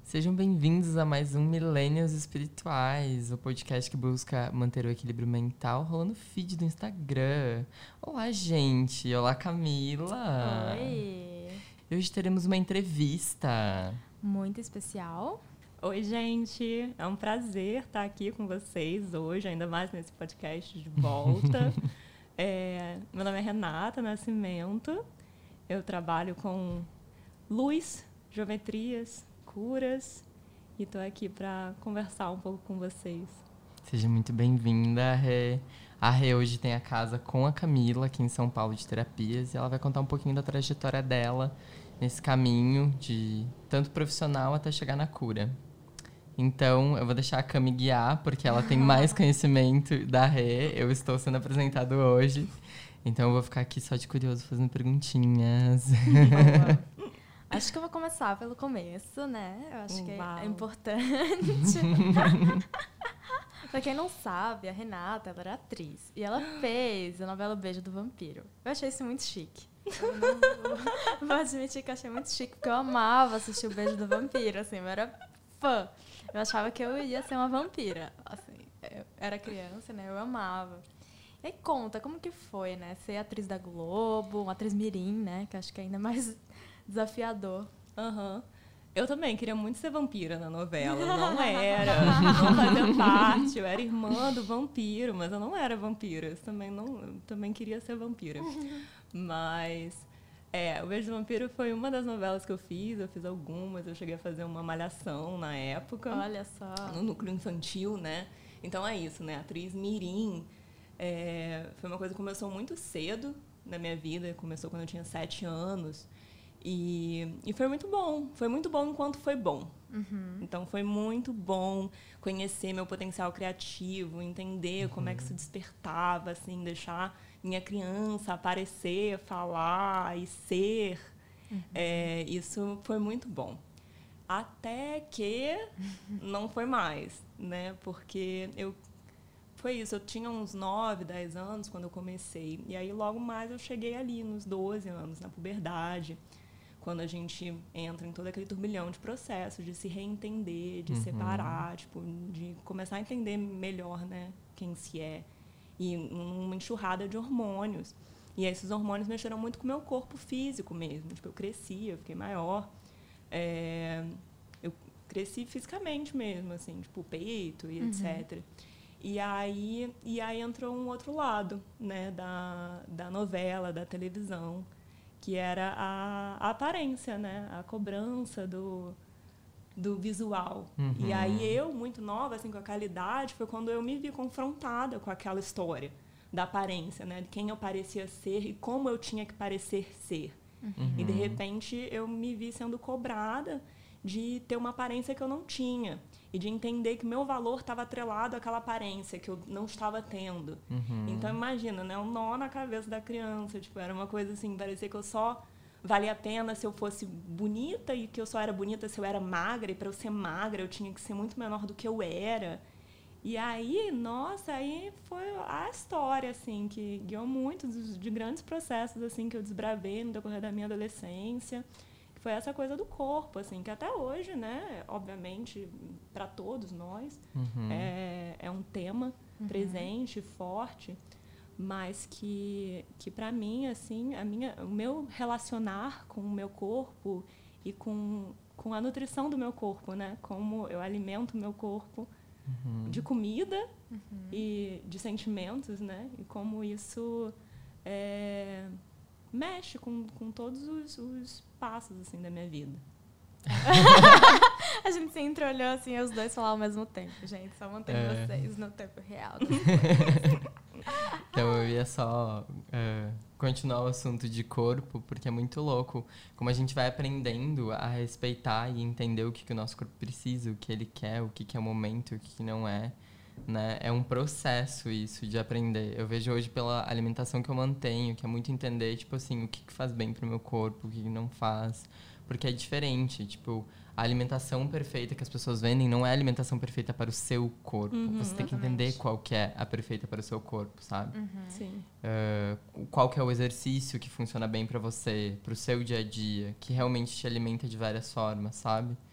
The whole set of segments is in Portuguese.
Sejam bem-vindos a mais um Millennials Espirituais, o podcast que busca manter o equilíbrio mental rolando no feed do Instagram. Olá, gente! Olá, Camila! Oi! E hoje teremos uma entrevista. Muito especial. Oi, gente! É um prazer estar aqui com vocês hoje, ainda mais nesse podcast de volta. Meu nome é Renata Nascimento, eu trabalho com luz, geometrias, curas e estou aqui para conversar um pouco com vocês. Seja muito bem-vinda, Rê. A Rê hoje tem a casa com a Camila aqui em São Paulo de terapias e ela vai contar um pouquinho da trajetória dela nesse caminho de tanto profissional até chegar na cura. Então, eu vou deixar a Cami guiar, porque ela tem mais conhecimento da Rê. Eu estou sendo apresentado hoje. Então, eu vou ficar aqui só de curioso, fazendo perguntinhas. Boa. Acho que eu vou começar pelo começo, né? Eu acho que é importante. Pra quem não sabe, a Renata, ela era atriz. E ela fez a novela Beijo do Vampiro. Eu achei isso muito chique. Eu vou admitir que eu achei muito chique, porque eu amava assistir o Beijo do Vampiro, assim, eu era fã. Eu achava que eu ia ser uma vampira, assim, eu era criança, né, eu amava. E aí conta, como que foi, né, ser atriz da Globo, uma atriz mirim, né, que acho que é ainda mais desafiador. Uhum. Eu também queria muito ser vampira na novela, não era, não fazia parte, eu era irmã do vampiro, mas eu não era vampira, eu também queria ser vampira. Mas o Beijo do Vampiro foi uma das novelas que eu fiz algumas, eu cheguei a fazer uma malhação na época. Olha só. No núcleo infantil, né? Então é isso, né? Atriz mirim. Foi uma coisa que começou muito cedo na minha vida, começou quando eu tinha 7 anos. E foi muito bom enquanto foi bom. Uhum. Então foi muito bom conhecer meu potencial criativo, entender como é que isso despertava, assim, deixar minha criança aparecer, falar e ser. Uhum. Isso foi muito bom. Até que não foi mais, né? Porque foi isso, eu tinha uns 9, 10 anos quando eu comecei. E aí logo mais eu cheguei ali nos 12 anos, na puberdade, quando a gente entra em todo aquele turbilhão de processos, de se reentender, de separar, tipo, de começar a entender melhor, né, quem se é. E uma enxurrada de hormônios. E esses hormônios mexeram muito com o meu corpo físico mesmo. Tipo, eu cresci, eu fiquei maior. Eu cresci fisicamente mesmo, assim, tipo, peito e etc. E aí entrou um outro lado, né, da novela, da televisão, que era a aparência, né, a cobrança do visual. E aí eu, muito nova, assim, com aquela idade, foi quando eu me vi confrontada com aquela história da aparência, né, de quem eu parecia ser e como eu tinha que parecer ser. E, de repente, eu me vi sendo cobrada de ter uma aparência que eu não tinha e de entender que meu valor estava atrelado àquela aparência que eu não estava tendo. Então, imagina, né, um nó na cabeça da criança. Tipo, era uma coisa assim, parecia que eu só valia a pena se eu fosse bonita e que eu só era bonita se eu era magra. E para eu ser magra, eu tinha que ser muito menor do que eu era. E aí, nossa, aí foi a história, assim, que guiou muito de grandes processos, assim, que eu desbravei no decorrer da minha adolescência. Foi essa coisa do corpo, assim, que até hoje, né, obviamente, para todos nós, é um tema presente, forte, mas que para mim, assim, o meu relacionar com o meu corpo e com a nutrição do meu corpo, né, como eu alimento o meu corpo de comida e de sentimentos, né, e como isso mexe com todos os passos, assim, da minha vida. A gente se entreolhou assim e os dois falaram ao mesmo tempo. Gente, só mantendo vocês no tempo real. Então eu ia só continuar o assunto de corpo, porque é muito louco como a gente vai aprendendo a respeitar e entender o que o nosso corpo precisa, o que ele quer, o que é o momento, o que não é, né? É um processo isso de aprender. Eu vejo hoje pela alimentação que eu mantenho, que é muito entender, tipo assim, o que faz bem pro meu corpo, o que não faz, porque é diferente, tipo, a alimentação perfeita que as pessoas vendem não é a alimentação perfeita para o seu corpo. Você tem que entender qual que é a perfeita para o seu corpo, sabe? Sim. Qual que é o exercício que funciona bem para você, para o seu dia a dia, que realmente te alimenta de várias formas, sabe?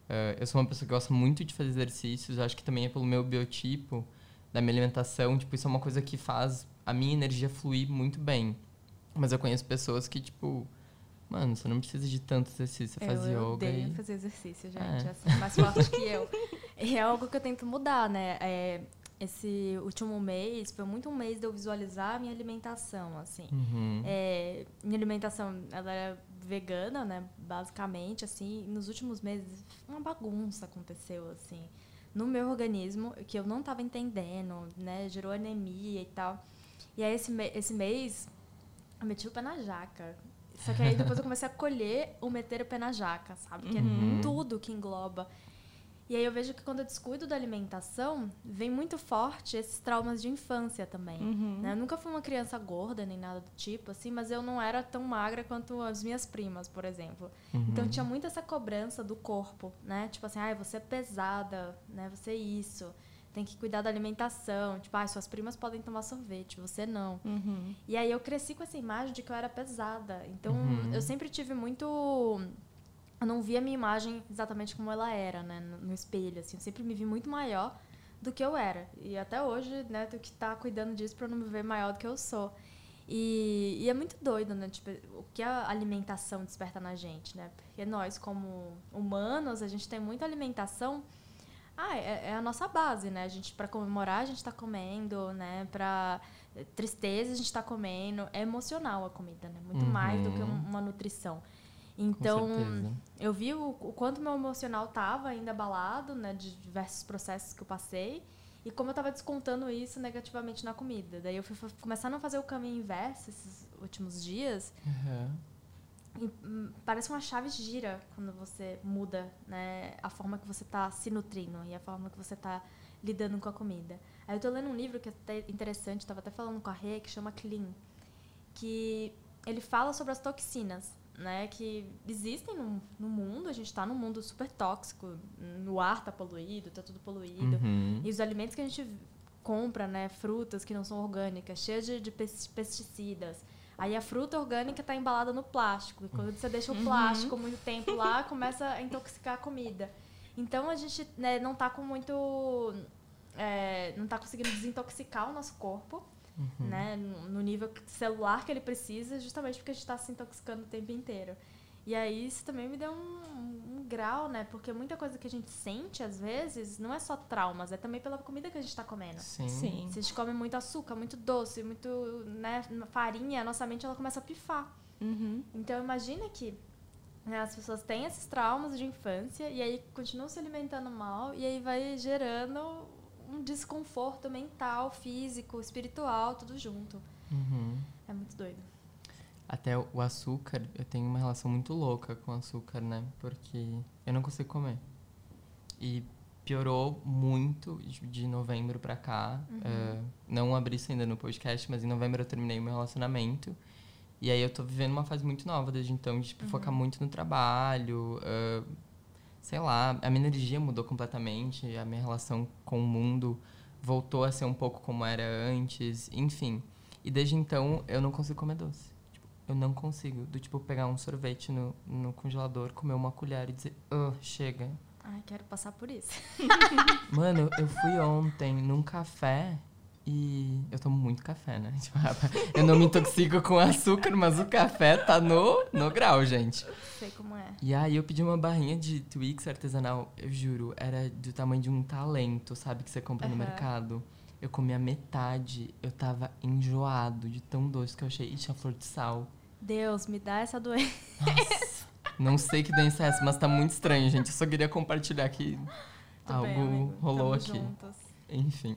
Eu sou uma pessoa que gosta muito de fazer exercícios. Eu acho que também é pelo meu biotipo, da minha alimentação. Tipo, isso é uma coisa que faz a minha energia fluir muito bem. Mas eu conheço pessoas que, tipo... Mano, você não precisa de tanto exercício, você faz yoga. Eu odeio fazer exercício, gente. É assim, mais forte que eu. E é algo que eu tento mudar, né? Esse último mês, foi muito um mês de eu visualizar a minha alimentação, assim. Minha alimentação, ela era vegana, né? Basicamente, assim. E nos últimos meses, uma bagunça aconteceu, assim. No meu organismo, que eu não estava entendendo, né? Gerou anemia e tal. E aí, esse mês, eu meti o pé na jaca. Só que aí depois eu comecei a colher o meter o pé na jaca, sabe? Que é tudo que engloba. E aí eu vejo que quando eu descuido da alimentação, vem muito forte esses traumas de infância também. Né? Eu nunca fui uma criança gorda, nem nada do tipo, assim, mas eu não era tão magra quanto as minhas primas, por exemplo. Então tinha muito essa cobrança do corpo, né? Tipo assim, você é pesada, né? Você é isso. Tem que cuidar da alimentação. Tipo, suas primas podem tomar sorvete, você não. E aí eu cresci com essa imagem de que eu era pesada. Então, eu sempre tive muito... Eu não via a minha imagem exatamente como ela era, né? No espelho, assim. Eu sempre me vi muito maior do que eu era. E até hoje, né, tenho que estar cuidando disso para não me ver maior do que eu sou. E é muito doido, né? Tipo, o que a alimentação desperta na gente, né? Porque nós, como humanos, a gente tem muita alimentação... é a nossa base, né? A gente, para comemorar, a gente tá comendo, né? Para tristeza, a gente tá comendo. É emocional a comida, né? Muito mais do que uma nutrição. Então, eu vi o quanto meu emocional tava ainda abalado, né? De diversos processos que eu passei. E como eu tava descontando isso negativamente na comida. Daí eu fui começando a fazer o caminho inverso esses últimos dias. E parece uma chave gira quando você muda, né, a forma que você está se nutrindo e a forma que você está lidando com a comida. Aí eu estou lendo um livro que é até interessante, estava até falando com a Rê, que chama Clean, que ele fala sobre as toxinas, né, que existem no mundo. A gente está num mundo super tóxico, no ar está poluído, está tudo poluído. E os alimentos que a gente compra, né, frutas que não são orgânicas, cheias de pesticidas. Aí a fruta orgânica está embalada no plástico. E quando você deixa o plástico muito tempo lá, começa a intoxicar a comida. Então a gente, né, não está com muito... não está conseguindo desintoxicar o nosso corpo, né, no nível celular que ele precisa, justamente porque a gente está se intoxicando o tempo inteiro. E aí isso também me deu um grau, né? Porque muita coisa que a gente sente, às vezes, não é só traumas, é também pela comida que a gente está comendo. Sim. Se a gente come muito açúcar, muito doce, muito, né, farinha, a nossa mente ela começa a pifar. Então imagina que, né, as pessoas têm esses traumas de infância e aí continuam se alimentando mal e aí vai gerando um desconforto mental, físico, espiritual, tudo junto. É muito doido. Até o açúcar, eu tenho uma relação muito louca com o açúcar, né? Porque eu não consigo comer. E piorou muito de novembro pra cá. Não abri isso ainda no podcast, mas em novembro eu terminei o meu relacionamento. E aí eu tô vivendo uma fase muito nova desde então, de tipo, focar muito no trabalho. Sei lá, a minha energia mudou completamente. A minha relação com o mundo voltou a ser um pouco como era antes. Enfim. E desde então eu não consigo comer doce. Eu não consigo, do tipo, pegar um sorvete no congelador, comer uma colher e dizer, chega. Ai, quero passar por isso. Mano, eu fui ontem num café e eu tomo muito café, né? Tipo, eu não me intoxico com açúcar, mas o café tá no grau, gente. Sei como é. E aí eu pedi uma barrinha de Twix artesanal, eu juro, era do tamanho de um talento, sabe? Que você compra no mercado. Eu comi a metade, eu tava enjoado de tão doce que eu achei. E tinha flor de sal. Deus, me dá essa doença. Nossa, não sei que doença é essa, mas tá muito estranho, gente. Eu só queria compartilhar que algo rolou aqui. Juntos. Enfim.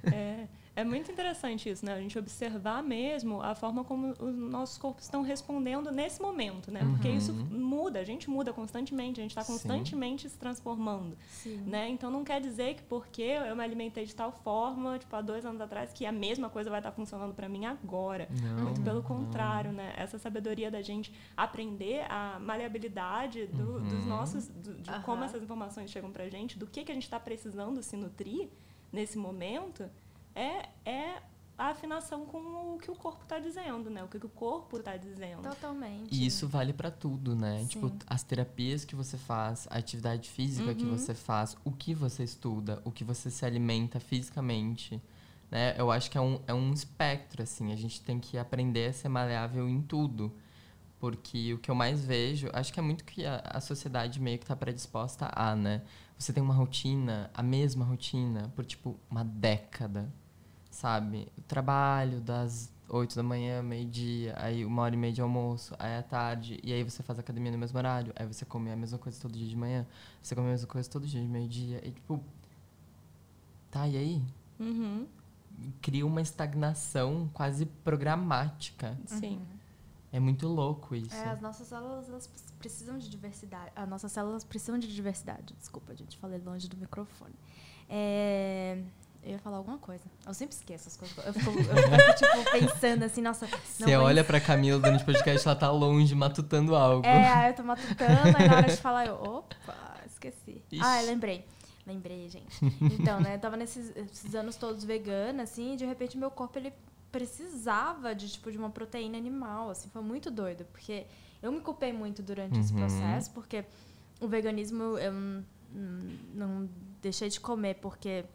É muito interessante isso, né? A gente observar mesmo a forma como os nossos corpos estão respondendo nesse momento, né? Porque isso muda, a gente muda constantemente, a gente está constantemente se transformando, né? Então não quer dizer que porque eu me alimentei de tal forma, tipo, há 2 anos atrás, que a mesma coisa vai estar funcionando para mim agora. Muito pelo contrário, né? Essa sabedoria da gente aprender a maleabilidade dos nossos, de como essas informações chegam pra gente, do que a gente está precisando se nutrir nesse momento, é a afinação com o que o corpo está dizendo, né? O que o corpo está dizendo. Totalmente. E isso vale pra tudo, né? Sim. Tipo, as terapias que você faz, a atividade física que você faz, o que você estuda, o que você se alimenta fisicamente, né? Eu acho que é um espectro, assim. A gente tem que aprender a ser maleável em tudo. Porque o que eu mais vejo, acho que é muito que a sociedade meio que tá predisposta a, né? Você tem uma rotina, a mesma rotina, por, tipo, uma década. Sabe? O trabalho das 8 da manhã, meio-dia, aí 1h30 de almoço, aí à tarde, e aí você faz academia no mesmo horário, aí você come a mesma coisa todo dia de manhã, você come a mesma coisa todo dia de meio-dia, e tipo... Tá, e aí? Cria uma estagnação quase programática. Sim. É muito louco isso. As nossas células, elas precisam de diversidade. As nossas células precisam de diversidade. Desculpa, gente, falei longe do microfone. Eu ia falar alguma coisa. Eu sempre esqueço as coisas. Eu fico tipo, pensando assim, nossa... Você olha pra Camila durante o podcast, ela tá longe, matutando algo. Aí eu tô matutando, aí na hora de falar, opa, esqueci. Ixi. Lembrei, gente. Então, né, eu tava nesses anos todos vegana, assim, e de repente meu corpo, ele precisava de uma proteína animal, assim, foi muito doido, porque eu me culpei muito durante esse processo, porque o veganismo eu não deixei de comer, porque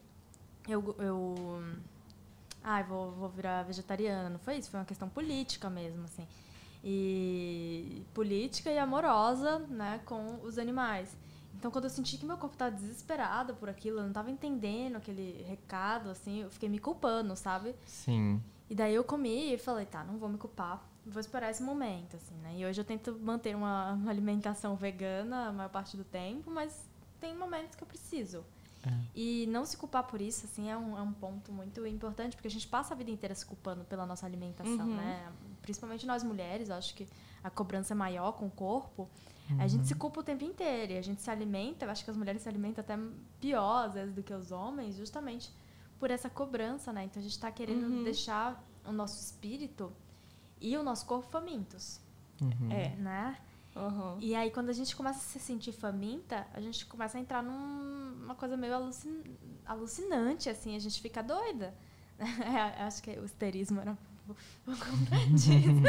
vou virar vegetariana, não foi isso, foi uma questão política mesmo, assim, e política e amorosa, né, com os animais. Então, quando eu senti que meu corpo estava desesperado por aquilo, eu não estava entendendo aquele recado, assim, eu fiquei me culpando, sabe? Sim. E daí eu comi e falei, tá, não vou me culpar, vou esperar esse momento, assim, né? E hoje eu tento manter uma alimentação vegana a maior parte do tempo, mas tem momentos que eu preciso. E não se culpar por isso, assim, é um ponto muito importante, porque a gente passa a vida inteira se culpando pela nossa alimentação, né? Principalmente nós mulheres, eu acho que a cobrança é maior com o corpo. A gente se culpa o tempo inteiro e a gente se alimenta, eu acho que as mulheres se alimentam até pior, às vezes, do que os homens, justamente por essa cobrança, né? Então, a gente está querendo deixar o nosso espírito e o nosso corpo famintos, né? E aí, quando a gente começa a se sentir faminta, a gente começa a entrar numa coisa meio alucinante, assim, a gente fica doida. Acho que o histerismo era por conta disso.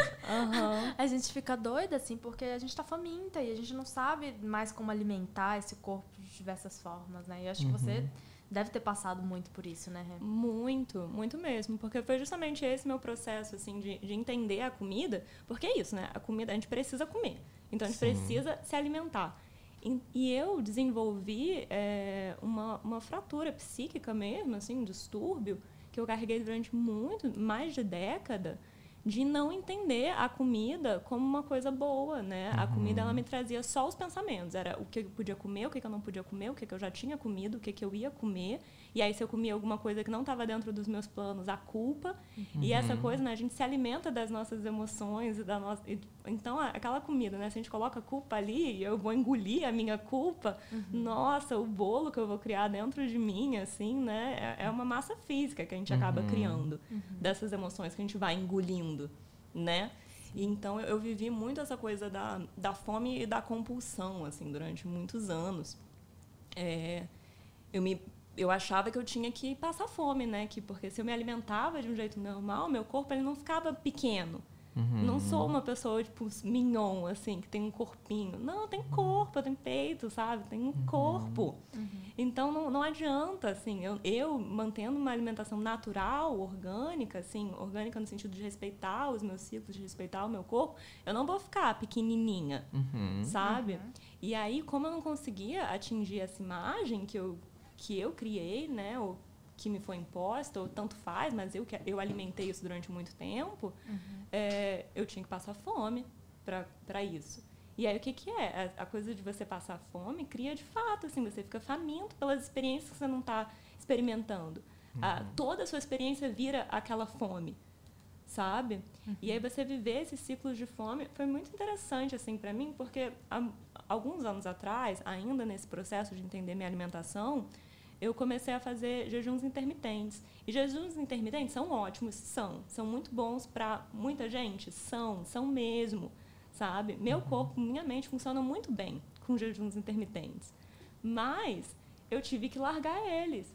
A gente fica doida, assim, porque a gente tá faminta e a gente não sabe mais como alimentar esse corpo de diversas formas, né? E eu acho que você deve ter passado muito por isso, né, Rê? Muito, muito mesmo. Porque foi justamente esse meu processo, assim, de entender a comida. Porque é isso, né? A comida, a gente precisa comer. Então, a gente precisa se alimentar. E eu desenvolvi uma fratura psíquica mesmo, assim, um distúrbio, que eu carreguei durante mais de década, de não entender a comida como uma coisa boa, né? A comida, ela me trazia só os pensamentos. Era o que eu podia comer, o que eu não podia comer, o que eu já tinha comido, o que eu ia comer. E aí, se eu comia alguma coisa que não estava dentro dos meus planos, a culpa. E essa coisa, né? A gente se alimenta das nossas emoções e da nossa... Então, aquela comida, né? Se a gente coloca a culpa ali, eu vou engolir a minha culpa. Nossa, o bolo que eu vou criar dentro de mim, assim, né? É uma massa física que a gente acaba criando dessas emoções que a gente vai engolindo, né? E então, eu vivi muito essa coisa da fome e da compulsão, assim, durante muitos anos. Eu achava que eu tinha que passar fome, né? Porque se eu me alimentava de um jeito normal, meu corpo ele não ficava pequeno. Não sou uma pessoa, tipo, mignon, assim, que tem um corpinho. Não, eu tenho corpo, eu tenho peito, sabe? Tenho um corpo. Então, não adianta, assim, eu mantendo uma alimentação natural, orgânica, assim, orgânica no sentido de respeitar os meus ciclos, de respeitar o meu corpo, eu não vou ficar pequenininha, sabe? E aí, como eu não conseguia atingir essa imagem que eu criei, né, ou que me foi imposta, ou tanto faz, mas eu alimentei isso durante muito tempo, eu tinha que passar fome para isso. E aí, o que é? A coisa de você passar fome cria, de fato, assim, você fica faminto pelas experiências que você não está experimentando. Toda a sua experiência vira aquela fome, sabe? E aí, você viver esses ciclos de fome foi muito interessante, assim, para mim, porque alguns anos atrás, ainda nesse processo de entender minha alimentação, eu comecei a fazer jejuns intermitentes. E jejuns intermitentes são ótimos, são muito bons para muita gente, são mesmo, sabe? Meu corpo, minha mente funcionam muito bem com jejuns intermitentes. Mas eu tive que largar eles,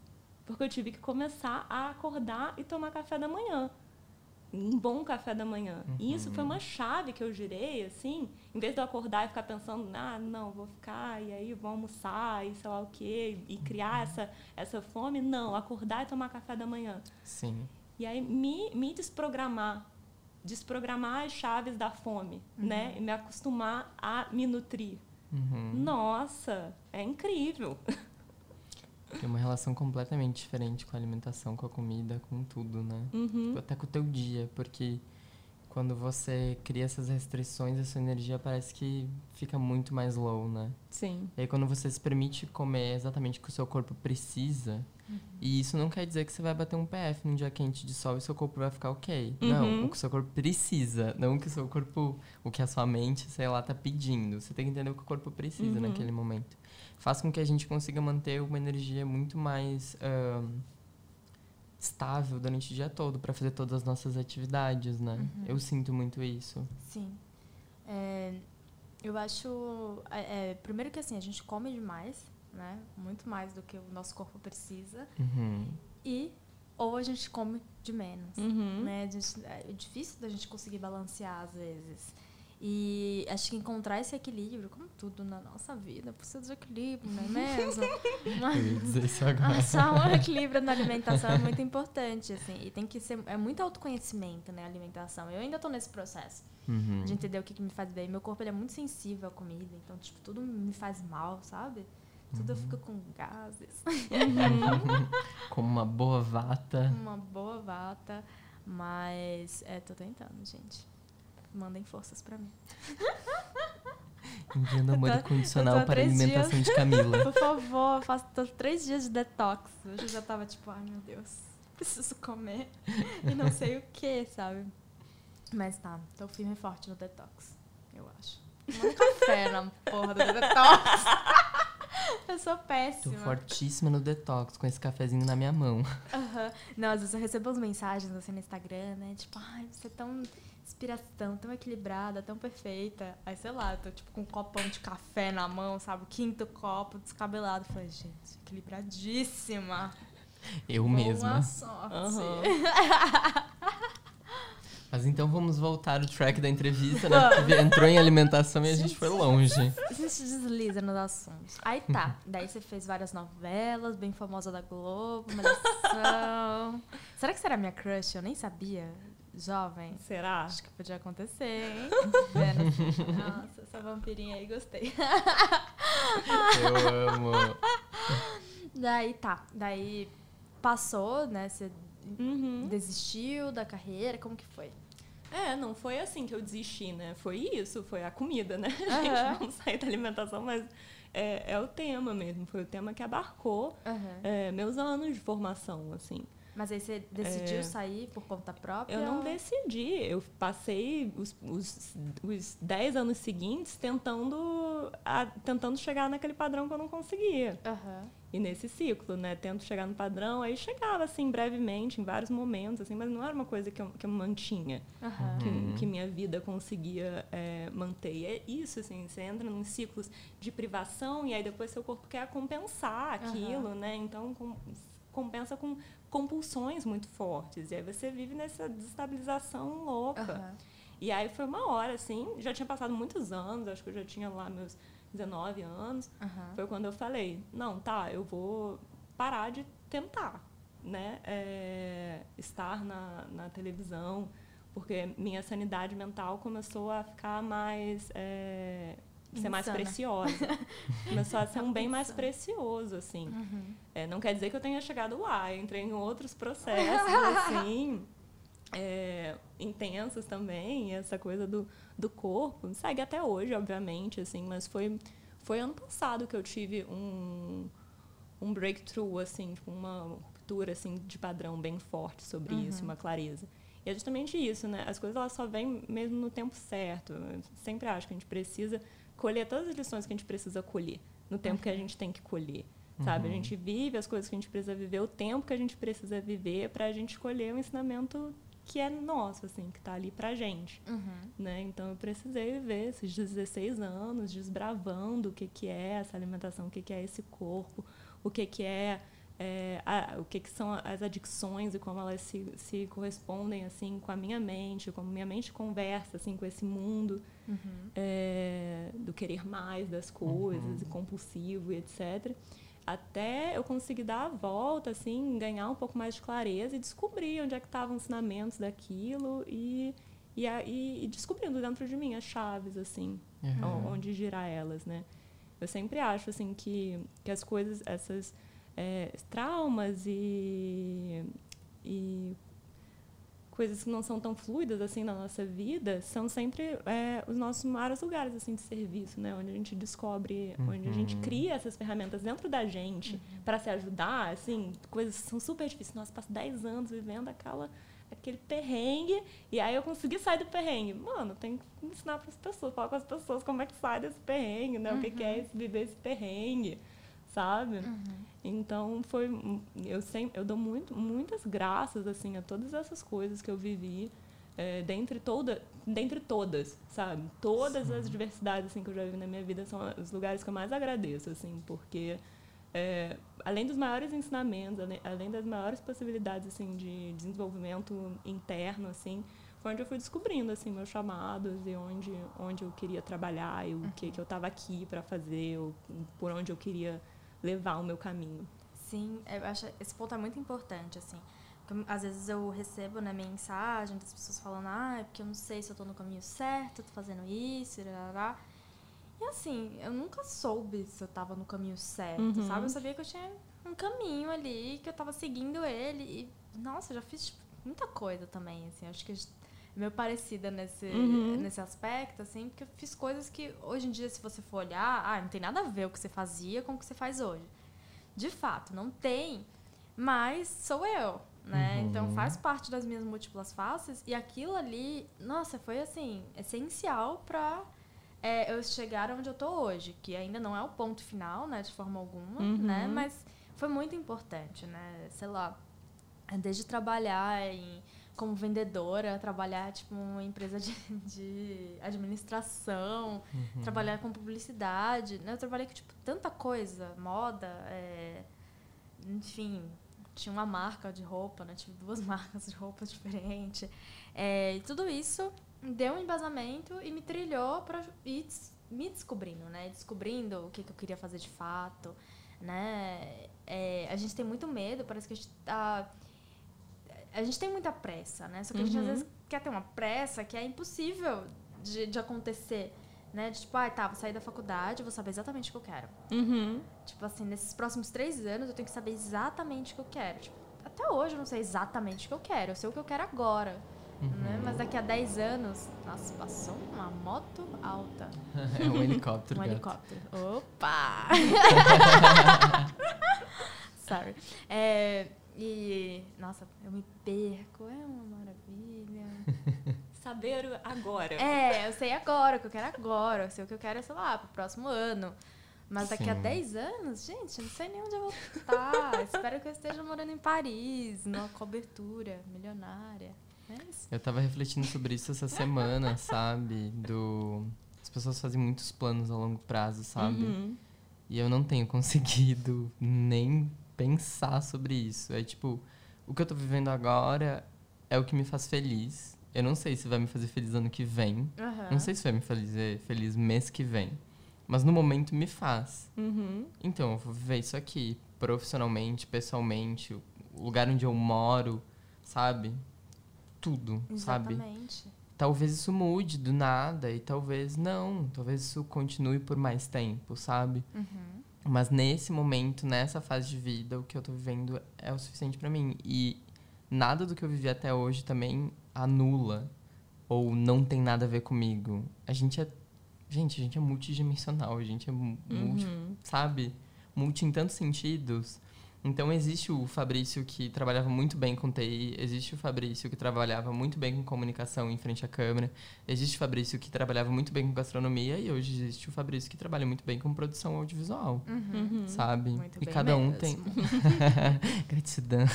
porque eu tive que começar a acordar e tomar café da manhã. Um bom café da manhã. E isso foi uma chave que eu girei, assim, em vez de eu acordar e ficar pensando, não, vou ficar, e aí vou almoçar, e sei lá o quê, e criar essa fome. Não, acordar e tomar café da manhã. Sim. E aí me desprogramar as chaves da fome, né? E me acostumar a me nutrir. Nossa, é incrível. Tem uma relação completamente diferente com a alimentação, com a comida, com tudo, né? Até com o teu dia, porque quando você cria essas restrições, a sua energia parece que fica muito mais low, né? Sim. E aí quando você se permite comer exatamente o que o seu corpo precisa, e isso não quer dizer que você vai bater um PF num dia quente de sol e seu corpo vai ficar ok. Não, o que o seu corpo precisa, não o que o seu corpo, o que a sua mente, sei lá, tá pedindo. Você tem que entender o que o corpo precisa naquele momento. Faz com que a gente consiga manter uma energia muito mais estável durante o dia todo para fazer todas as nossas atividades, né? Eu sinto muito isso. Sim. Eu acho... primeiro que assim, a gente come demais, né? Muito mais do que o nosso corpo precisa. Ou a gente come de menos, né? É difícil da gente conseguir balancear às vezes. E acho que encontrar esse equilíbrio, como tudo na nossa vida, precisa de equilíbrio, não é mesmo? Eu ia dizer isso agora. Achar um equilíbrio na alimentação é muito importante, assim. E tem que ser... É muito autoconhecimento, né, a alimentação. Eu ainda tô nesse processo de entender o que me faz bem. Meu corpo, ele é muito sensível à comida. Então, tipo, tudo me faz mal, sabe? Tudo eu fico com gases. Como uma boa vata. Uma boa vata. Mas, tô tentando, gente. Mandem forças pra mim. Enviando amor incondicional para a alimentação de Camila. Por favor, tô 3 dias de detox. Hoje eu já tava tipo, ai meu Deus, preciso comer. E não sei o que, sabe? Mas tá, tô firme e forte no detox, eu acho. Manda café na porra do detox. Eu sou péssima. Tô fortíssima no detox, com esse cafezinho na minha mão. Não, às vezes eu recebo umas mensagens assim no Instagram, né? Tipo, ai, você é tão inspiração, tão equilibrada, tão perfeita. Aí, sei lá, eu tô tipo com um copão de café na mão, sabe? O 5º copo, descabelado. Falei, gente, equilibradíssima. Eu mesma. Boa sorte. Mas então vamos voltar o track da entrevista, né? Porque entrou em alimentação e a gente foi longe. A gente desliza nos assuntos. Aí tá, daí você fez várias novelas, bem famosa da Globo, Malhação. Será que você era minha crush? Eu nem sabia. Jovem. Será? Acho que podia acontecer, hein? Nossa, essa vampirinha aí, gostei. Eu amo. Daí tá, daí passou, né? Você desistiu da carreira, como que foi? Não foi assim que eu desisti, né? Foi isso, foi a comida, né? A gente não sai da alimentação, mas é o tema mesmo. Foi o tema que abarcou meus anos de formação, assim. Mas aí você decidiu sair por conta própria? Eu não decidi. Eu passei os 10 anos seguintes tentando chegar naquele padrão que eu não conseguia. E nesse ciclo, né? Tento chegar no padrão, aí chegava, assim, brevemente, em vários momentos, assim, mas não era uma coisa que eu mantinha, que minha vida conseguia manter. E é isso, assim, você entra em ciclos de privação e aí depois seu corpo quer compensar aquilo, né? Então, compensa com compulsões muito fortes. E aí você vive nessa desestabilização louca. E aí foi uma hora, assim, já tinha passado muitos anos, acho que eu já tinha lá meus 19 anos. Foi quando eu falei, não, tá, eu vou parar de tentar, né? Estar na televisão, porque minha sanidade mental começou a ficar mais... ser mais preciosa. Começou a ser um bem mais precioso, assim. Não quer dizer que eu tenha chegado lá. Eu entrei em outros processos, assim, intensos também. Essa coisa do corpo. Segue até hoje, obviamente, assim. Mas foi ano passado que eu tive um breakthrough, assim, tipo, uma ruptura, assim, de padrão bem forte sobre isso, uma clareza. E é justamente isso, né? As coisas, elas só vêm mesmo no tempo certo. Eu sempre acho que a gente precisa colher todas as lições que a gente precisa colher no tempo que a gente tem que colher, sabe? A gente vive as coisas que a gente precisa viver, o tempo que a gente precisa viver para a gente escolher o ensinamento que é nosso, assim, que está ali pra gente, né? Então, eu precisei viver esses 16 anos desbravando o que é essa alimentação, o que é esse corpo, o que é o que são as adicções e como elas se correspondem assim com a minha mente, como minha mente conversa assim com esse mundo do querer mais das coisas, e compulsivo e etc. Até eu conseguir dar a volta, assim, ganhar um pouco mais de clareza e descobrir onde é que estavam os ensinamentos daquilo e descobrindo dentro de mim as chaves, assim, onde girar elas, né? Eu sempre acho, assim, que as coisas, esses traumas e coisas que não são tão fluidas, assim, na nossa vida, são sempre os nossos maiores lugares, assim, de serviço, né? Onde a gente descobre, onde a gente cria essas ferramentas dentro da gente para se ajudar, assim, coisas que são super difíceis. Nossa, passo 10 anos vivendo aquele perrengue, e aí eu consegui sair do perrengue. Mano, tem que ensinar para as pessoas, falar com as pessoas como é que sai desse perrengue, né? O que é viver esse perrengue, sabe? Então, eu dou muitas graças, assim, a todas essas coisas que eu vivi, dentre todas, sabe? Todas as diversidades, assim, que eu já vivi na minha vida são os lugares que eu mais agradeço, assim, porque além dos maiores ensinamentos, além das maiores possibilidades, assim, de desenvolvimento interno, assim, foi onde eu fui descobrindo, assim, meus chamados e onde eu queria trabalhar e o que eu estava aqui para fazer, por onde eu queria levar o meu caminho. Sim, eu acho esse ponto é muito importante, assim. Porque, às vezes eu recebo na minha mensagem das pessoas falando, é porque eu não sei se eu tô no caminho certo, tô fazendo isso, blá. E assim, eu nunca soube se eu tava no caminho certo, sabe? Eu sabia que eu tinha um caminho ali, que eu tava seguindo ele e, nossa, eu já fiz muita coisa também, assim. Acho que é meio parecida nesse aspecto, assim, porque eu fiz coisas que hoje em dia, se você for olhar, não tem nada a ver o que você fazia com o que você faz hoje. De fato, não tem, mas sou eu, né? Então faz parte das minhas múltiplas faces e aquilo ali, nossa, foi assim, essencial pra eu chegar onde eu tô hoje, que ainda não é o ponto final, né, de forma alguma, né? Mas foi muito importante, né? Sei lá, desde trabalhar como vendedora, trabalhar tipo uma empresa de administração, trabalhar com publicidade, né? Eu trabalhei com tipo tanta coisa, moda, enfim, tinha uma marca de roupa, né? Tive 2 marcas de roupa diferentes. E tudo isso deu um embasamento e me trilhou para ir me descobrindo, né? Descobrindo o que eu queria fazer de fato, né? A gente tem muito medo, parece que a gente tem muita pressa, né? Só que a gente às vezes quer ter uma pressa que é impossível de acontecer, né? De tipo, vou sair da faculdade, vou saber exatamente o que eu quero. Tipo assim, nesses próximos 3 anos eu tenho que saber exatamente o que eu quero. Tipo, até hoje eu não sei exatamente o que eu quero, eu sei o que eu quero agora. Né? Mas daqui a 10 anos, nossa, passou uma moto alta. É um helicóptero. Helicóptero. Opa! Sorry. E, nossa, eu me perco, é uma maravilha. Saber agora. Eu sei agora o que eu quero agora, eu sei o que eu quero, sei lá, pro próximo ano. Mas daqui a 10 anos, gente, eu não sei nem onde eu vou estar. Espero que eu esteja morando em Paris, numa cobertura milionária. Eu tava refletindo sobre isso essa semana, sabe? As pessoas fazem muitos planos a longo prazo, sabe? E eu não tenho conseguido nem pensar sobre isso. Tipo, o que eu tô vivendo agora é o que me faz feliz. Eu não sei se vai me fazer feliz ano que vem. Não sei se vai me fazer feliz mês que vem. Mas no momento me faz. Então, eu vou viver isso aqui. Profissionalmente, pessoalmente, o lugar onde eu moro, sabe? Tudo, Exatamente. Sabe? Talvez isso mude do nada e talvez não. Talvez isso continue por mais tempo, sabe? Mas nesse momento, nessa fase de vida, o que eu tô vivendo é o suficiente pra mim. E nada do que eu vivi até hoje também anula ou não tem nada a ver comigo. A gente é multidimensional, a gente é sabe? Multi em tantos sentidos. Então, existe o Fabrício que trabalhava muito bem com TI, existe o Fabrício que trabalhava muito bem com comunicação em frente à câmera, existe o Fabrício que trabalhava muito bem com gastronomia e hoje existe o Fabrício que trabalha muito bem com produção audiovisual, sabe? Muito e bem cada um mesmo. tem... Gratidão.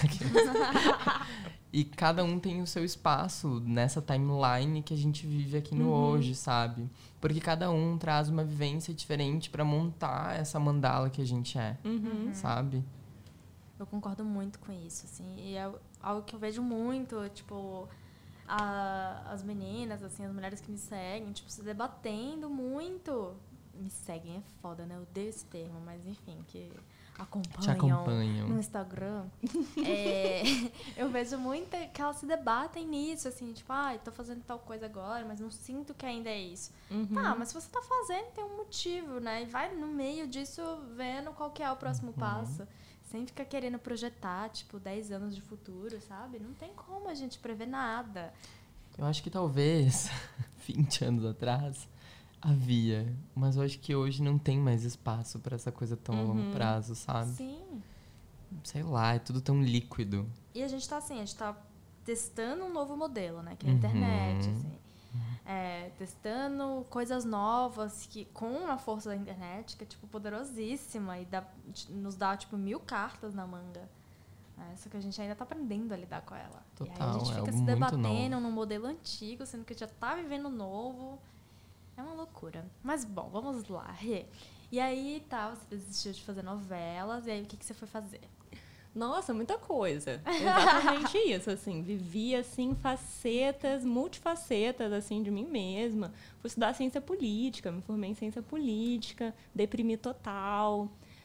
E cada um tem o seu espaço nessa timeline que a gente vive aqui no hoje, sabe? Porque cada um traz uma vivência diferente pra montar essa mandala que a gente é, sabe? Eu concordo muito com isso, assim. E é algo que eu vejo muito, tipo, as meninas, assim, as mulheres que me seguem, tipo, se debatendo muito. Me seguem, é foda, né? Eu odeio esse termo, mas enfim, que acompanham no Instagram. Eu vejo muito que elas se debatem nisso, assim, tipo, tô fazendo tal coisa agora, mas não sinto que ainda é isso. Tá, mas se você tá fazendo, tem um motivo, né? E vai no meio disso vendo qual que é o próximo passo. Sem ficar querendo projetar, tipo, 10 anos de futuro, sabe? Não tem como a gente prever nada. Eu acho que talvez 20 anos atrás havia, mas eu acho que hoje não tem mais espaço pra essa coisa tão a longo prazo, sabe? Sim. Sei lá, é tudo tão líquido. E a gente tá testando um novo modelo, né? Que é a internet, assim. Testando coisas novas que, com a força da internet, que é, tipo, poderosíssima e nos dá, tipo, 1000 cartas na manga. Só que a gente ainda tá aprendendo a lidar com ela. Total, e aí a gente fica se debatendo num modelo antigo, sendo que já tá vivendo novo. É uma loucura. Mas, bom, vamos lá, Rê. E aí, você desistiu de fazer novelas, e aí o que você foi fazer? Nossa, muita coisa. Exatamente isso, assim. Vivi, assim, multifacetas, assim, de mim mesma. Fui estudar ciência política, me formei em ciência política, deprimi total.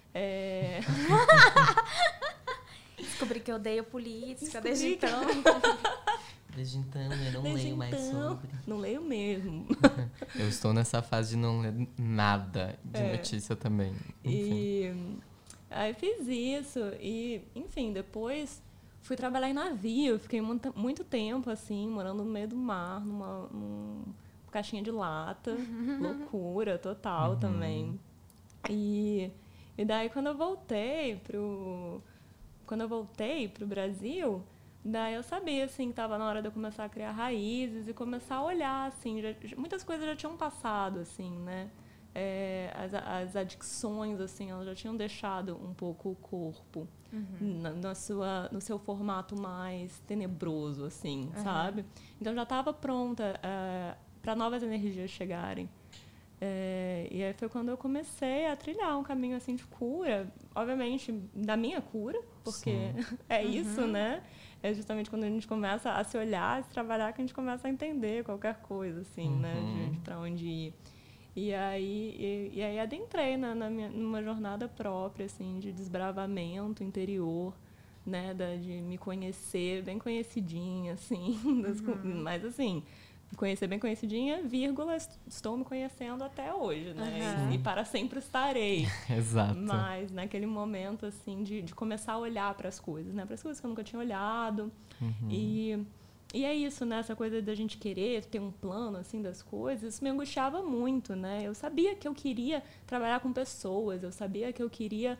Descobri que eu odeio política desde então. Desde então, eu não leio mais sobre. Não leio mesmo. Eu estou nessa fase de não ler nada de notícia também. Enfim. E aí fiz isso. E, enfim, depois fui trabalhar em navio. Fiquei muito tempo, assim, morando no meio do mar, numa caixinha de lata. Loucura total também. E daí, quando eu voltei pro Brasil, daí eu sabia, assim, que estava na hora de eu começar a criar raízes e começar a olhar, assim, muitas coisas já tinham passado, assim, né? As adicções, assim, elas já tinham deixado um pouco o corpo no seu formato mais tenebroso, assim, sabe? Então já estava pronta para novas energias chegarem. E aí foi quando eu comecei a trilhar um caminho, assim, de cura, obviamente da minha cura, porque isso, né? É justamente quando a gente começa a se olhar, a se trabalhar, que a gente começa a entender qualquer coisa, assim, né? De para onde ir. E aí adentrei numa jornada própria, assim, de desbravamento interior, né? De me conhecer bem conhecidinha, assim. Mas, assim, me conhecer bem conhecidinha, vírgula, estou me conhecendo até hoje, né? E para sempre estarei. Exato. Mas naquele momento, assim, de começar a olhar para as coisas, né? Para as coisas que eu nunca tinha olhado. E é isso, né? Essa coisa da gente querer ter um plano, assim, das coisas, isso me angustiava muito, né? Eu sabia que eu queria trabalhar com pessoas, eu sabia que eu queria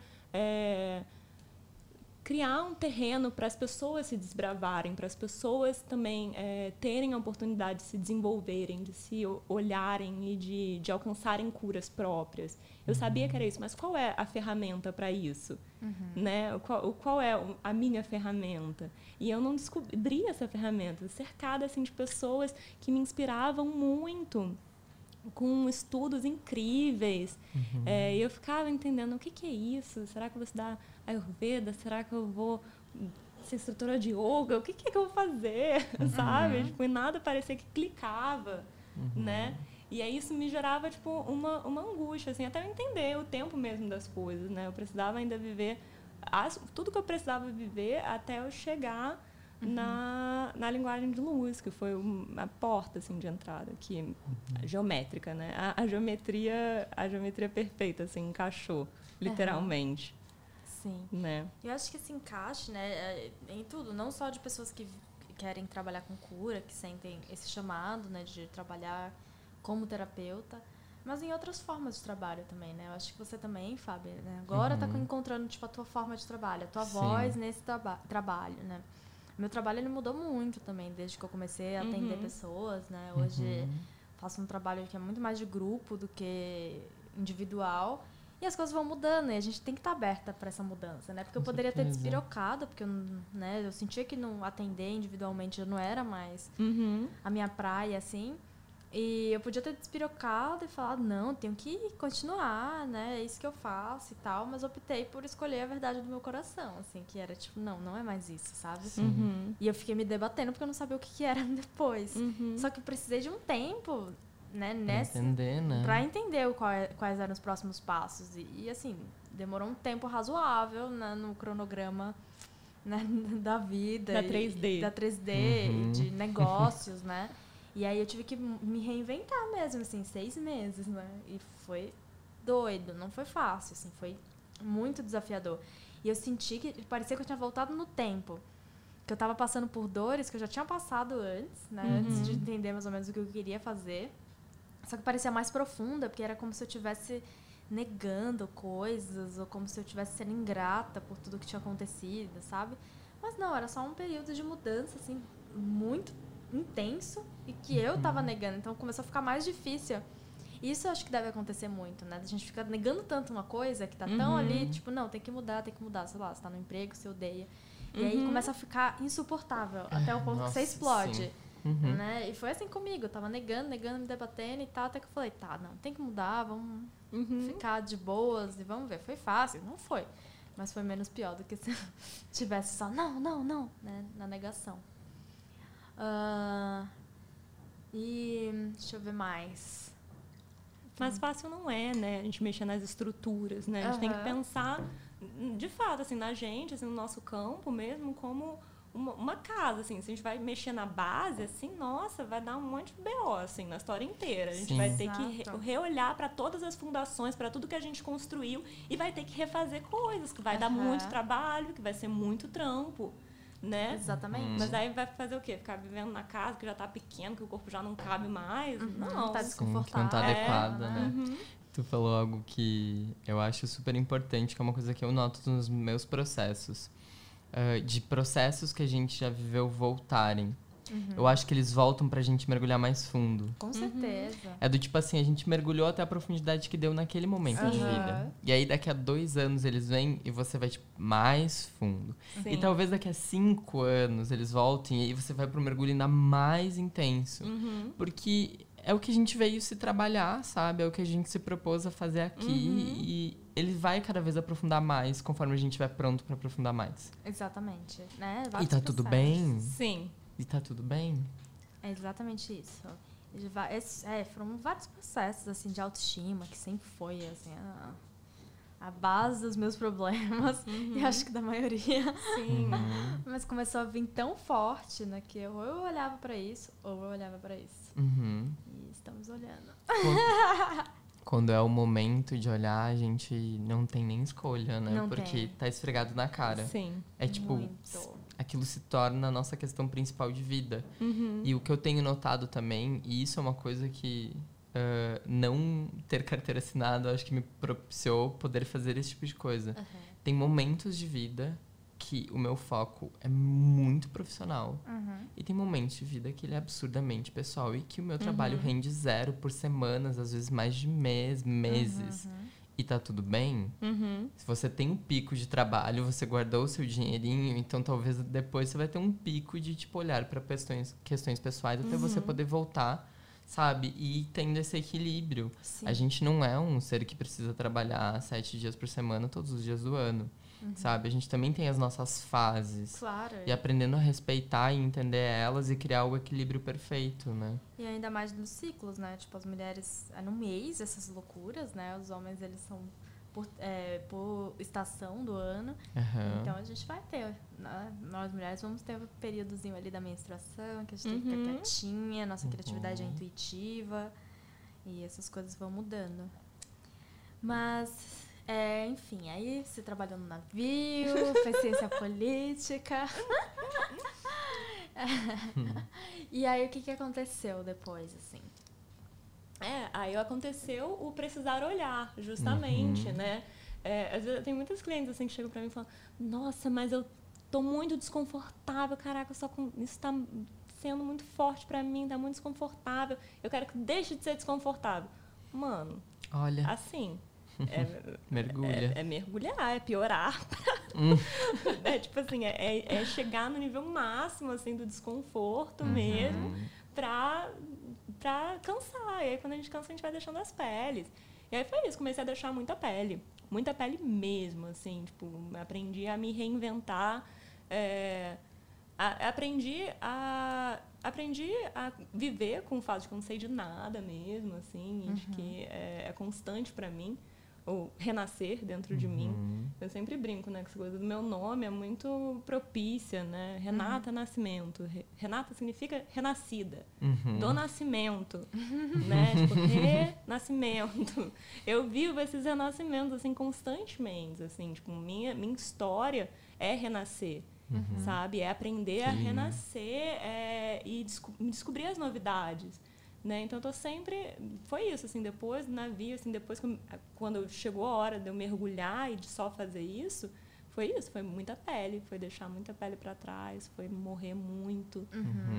criar um terreno para as pessoas se desbravarem, para as pessoas também terem a oportunidade de se desenvolverem, de se olharem e de alcançarem curas próprias. Eu sabia que era isso, mas qual é a ferramenta para isso? Né? Qual é a minha ferramenta? E eu não descobri essa ferramenta, cercada assim, de pessoas que me inspiravam muito, com estudos incríveis. E eu ficava entendendo o que é isso? Será que eu vou estudar Ayurveda? Será que eu vou ser instrutora de yoga? O que é que eu vou fazer? Sabe? Tipo, e nada parecia que clicava, né? E aí isso me gerava tipo, uma angústia, assim, até eu entender o tempo mesmo das coisas, né? Eu precisava ainda viver tudo que eu precisava viver até eu chegar na linguagem de luz, que foi a porta, assim, de entrada, que geométrica, né? A geometria perfeita, assim, encaixou, literalmente. Sim. Né? Eu acho que esse encaixe, né, em tudo, não só de pessoas que querem trabalhar com cura, que sentem esse chamado, né, de trabalhar como terapeuta, mas em outras formas de trabalho também, né? Eu acho que você também, Fábio, né? Agora tá encontrando, tipo, a tua forma de trabalho, a tua voz nesse trabalho, né? Meu trabalho, ele mudou muito também, desde que eu comecei a atender pessoas, né? Hoje faço um trabalho que é muito mais de grupo do que individual. E as coisas vão mudando, e a gente tem que estar aberta para essa mudança, né? Porque eu poderia ter despirocado, porque eu sentia que não atender individualmente já não era mais a minha praia, assim. E eu podia ter despirocado e falado, não, tenho que continuar, né? É isso que eu faço e tal. Mas optei por escolher a verdade do meu coração, assim. Que era tipo, não é mais isso, sabe? E eu fiquei me debatendo porque eu não sabia o que era depois. Só que eu precisei de um tempo, né? Pra entender quais eram os próximos passos. E assim, demorou um tempo razoável, né, no cronograma, né, da vida. Da 3D. Da 3D e de negócios, né? E aí eu tive que me reinventar mesmo, assim, 6 meses, né? E foi doido, não foi fácil, assim, foi muito desafiador. E eu senti que parecia que eu tinha voltado no tempo. Que eu tava passando por dores que eu já tinha passado antes, né? Antes de entender mais ou menos o que eu queria fazer. Só que parecia mais profunda, porque era como se eu estivesse negando coisas, ou como se eu estivesse sendo ingrata por tudo que tinha acontecido, sabe? Mas não, era só um período de mudança, assim, muito intenso e que eu tava negando. Então começou a ficar mais difícil. Isso eu acho que deve acontecer muito, né? A gente fica negando tanto uma coisa que tá tão ali, tipo, não, tem que mudar, sei lá, você tá no emprego, você odeia. E aí começa a ficar insuportável, até o ponto que você explode. Né? E foi assim comigo, eu tava negando, me debatendo e tal, até que eu falei, tá, não, tem que mudar, vamos ficar de boas e vamos ver. Foi fácil? Não foi. Mas foi menos pior do que se eu tivesse só, não, né? Na negação. E deixa eu ver mais. Mas fácil não é, né? A gente mexer nas estruturas, né? A gente tem que pensar, de fato, assim, na gente, assim, no nosso campo mesmo, como uma casa, assim. Se a gente vai mexer na base, assim, nossa, vai dar um monte de BO, assim, na história inteira. A gente vai ter que reolhar para todas as fundações, para tudo que a gente construiu e vai ter que refazer coisas, que vai dar muito trabalho, que vai ser muito trampo. Né? Exatamente. Mas aí vai fazer o quê? Ficar vivendo na casa que já tá pequeno, que o corpo já não cabe mais? Não. Tá desconfortável. Não tá adequada, né? Tu falou algo que eu acho super importante, que é uma coisa que eu noto nos meus processos. De processos que a gente já viveu voltarem. Eu acho que eles voltam pra gente mergulhar mais fundo. Com certeza. É do tipo assim, a gente mergulhou até a profundidade que deu naquele momento de vida. E aí daqui a 2 anos eles vêm e você vai tipo, mais fundo. Sim. E talvez daqui a 5 anos eles voltem e aí você vai pro mergulho ainda mais intenso. Porque é o que a gente veio se trabalhar, sabe? É o que a gente se propôs a fazer aqui. E ele vai cada vez aprofundar mais conforme a gente estiver pronto pra aprofundar mais. Exatamente. Né? E tá tudo bem? Sim. E tá tudo bem? É exatamente isso. Foram vários processos assim, de autoestima, que sempre foi assim, a base dos meus problemas. E acho que da maioria. Sim. Mas começou a vir tão forte, né? Que eu olhava pra isso, ou eu olhava pra isso. E estamos olhando. Quando é o momento de olhar, a gente não tem nem escolha, né? Não Porque tá esfregado na cara. Sim. É tipo, aquilo se torna a nossa questão principal de vida. E o que eu tenho notado também, e isso é uma coisa que não ter carteira assinada, eu acho que me propiciou poder fazer esse tipo de coisa. Tem momentos de vida que o meu foco é muito profissional. E tem momentos de vida que ele é absurdamente pessoal e que o meu trabalho rende 0 por semanas, às vezes mais de meses. E tá tudo bem. Se você tem um pico de trabalho, você guardou o seu dinheirinho, então talvez depois você vai ter um pico de tipo, olhar para questões pessoais até você poder voltar, sabe? E tendo esse equilíbrio. Sim. A gente não é um ser que precisa trabalhar 7 dias por semana, todos os dias do ano. Sabe? A gente também tem as nossas fases. Claro. E aprendendo a respeitar e entender elas e criar o equilíbrio perfeito, né? E ainda mais nos ciclos, né? Tipo, as mulheres, no mês, essas loucuras, né? Os homens, eles são por estação do ano. Então, a gente vai ter, né? Nós mulheres vamos ter um períodozinho ali da menstruação, que a gente tem que ficar quietinha, nossa criatividade é intuitiva. E essas coisas vão mudando. Mas... enfim, aí você trabalhou no navio, fez ciência política. E aí, o que aconteceu depois, assim? Aí aconteceu o precisar olhar, justamente, né? Às vezes, tem muitas clientes assim, que chegam pra mim e falam, nossa, mas eu tô muito desconfortável, caraca, isso tá sendo muito forte pra mim, tá muito desconfortável, eu quero que deixe de ser desconfortável. Mano, olha, assim... mergulha. É mergulhar, é piorar. Tipo assim, é chegar no nível máximo assim, do desconforto mesmo pra pra cansar. E aí, quando a gente cansa, a gente vai deixando as peles. E aí foi isso, comecei a deixar muita pele mesmo, assim, tipo, aprendi a me reinventar, aprendi a viver com o fato de que eu não sei de nada mesmo, assim, de que é constante pra mim, ou renascer dentro de mim. Eu sempre brinco, né, que essa coisa do meu nome é muito propícia, né? Renata Nascimento. Renata significa renascida, do nascimento, né? Tipo, renascimento. Eu vivo esses renascimentos, assim, constantemente, assim, tipo, minha história é renascer. Sabe? É aprender a renascer e descobrir as novidades. Né? Então, eu tô sempre... Foi isso, assim, depois do navio, assim, depois quando chegou a hora de eu mergulhar e de só fazer isso, foi isso, foi muita pele, foi deixar muita pele para trás, foi morrer muito,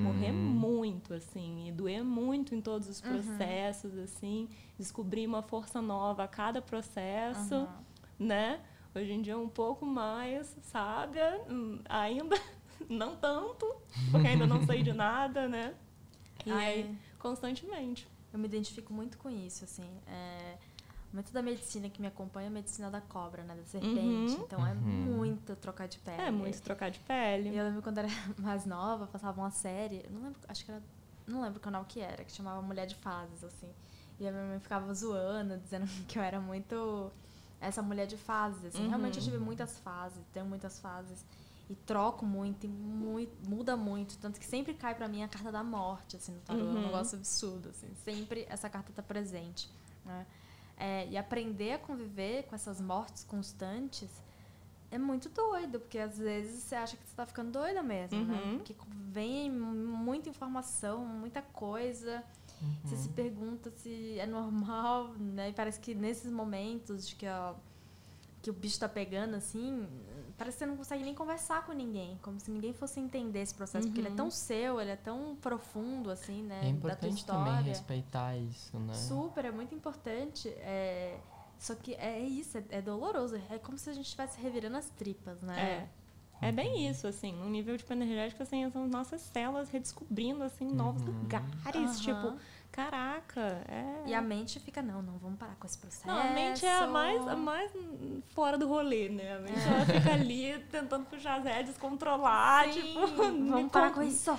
assim, e doer muito em todos os processos, assim, descobrir uma força nova a cada processo, né? Hoje em dia um pouco mais sábia, ainda não tanto, porque ainda não sei de nada, né? E aí, constantemente. Eu me identifico muito com isso, assim. Muito da medicina que me acompanha é a medicina da cobra, né? Da serpente. Então, é muito trocar de pele. É muito trocar de pele. E eu lembro quando eu era mais nova, passava uma série, não lembro, acho que era, não lembro o canal que era, que chamava Mulher de Fases, assim. E a minha mãe ficava zoando, dizendo que eu era muito essa mulher de fases, assim. Realmente eu tive muitas fases, tenho muitas fases. E troco muito, e muda muito. Tanto que sempre cai pra mim a carta da morte, assim, no tarô. É um negócio absurdo, assim. Sempre essa carta tá presente, né? E aprender a conviver com essas mortes constantes é muito doido. Porque às vezes você acha que você tá ficando doida mesmo, né? Porque vem muita informação, muita coisa. Você se pergunta se é normal, né? E parece que nesses momentos de que o bicho tá pegando, assim... Parece que você não consegue nem conversar com ninguém. Como se ninguém fosse entender esse processo. Porque ele é tão seu, ele é tão profundo, assim, né? É importante também respeitar isso, né? Super, é muito importante. Só que é isso, é doloroso. É como se a gente estivesse revirando as tripas, né? É bem isso, assim. No nível tipo, energético, assim, são nossas células redescobrindo, assim, novos lugares. Tipo, caraca. E a mente fica, não, vamos parar com esse processo. Não, a mente é a mais fora do rolê, né? A mente, ela fica ali tentando puxar as rédeas, controlar, tipo... Vamos parar com isso.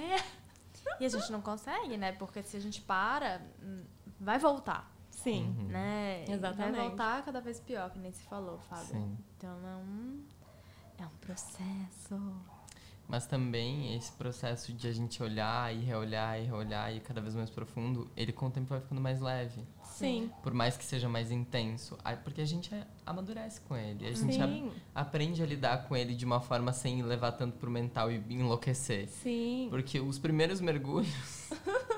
E a gente não consegue, né? Porque se a gente para, vai voltar. Sim. Né? Exatamente. Vai voltar cada vez pior, que nem se falou, Fábio. Sim. Então, é um processo. Mas também esse processo de a gente olhar e reolhar e cada vez mais profundo, ele com o tempo vai ficando mais leve. Sim. Por mais que seja mais intenso. Porque a gente amadurece com ele. A gente aprende a lidar com ele de uma forma sem levar tanto pro mental e enlouquecer. Sim. Porque os primeiros mergulhos...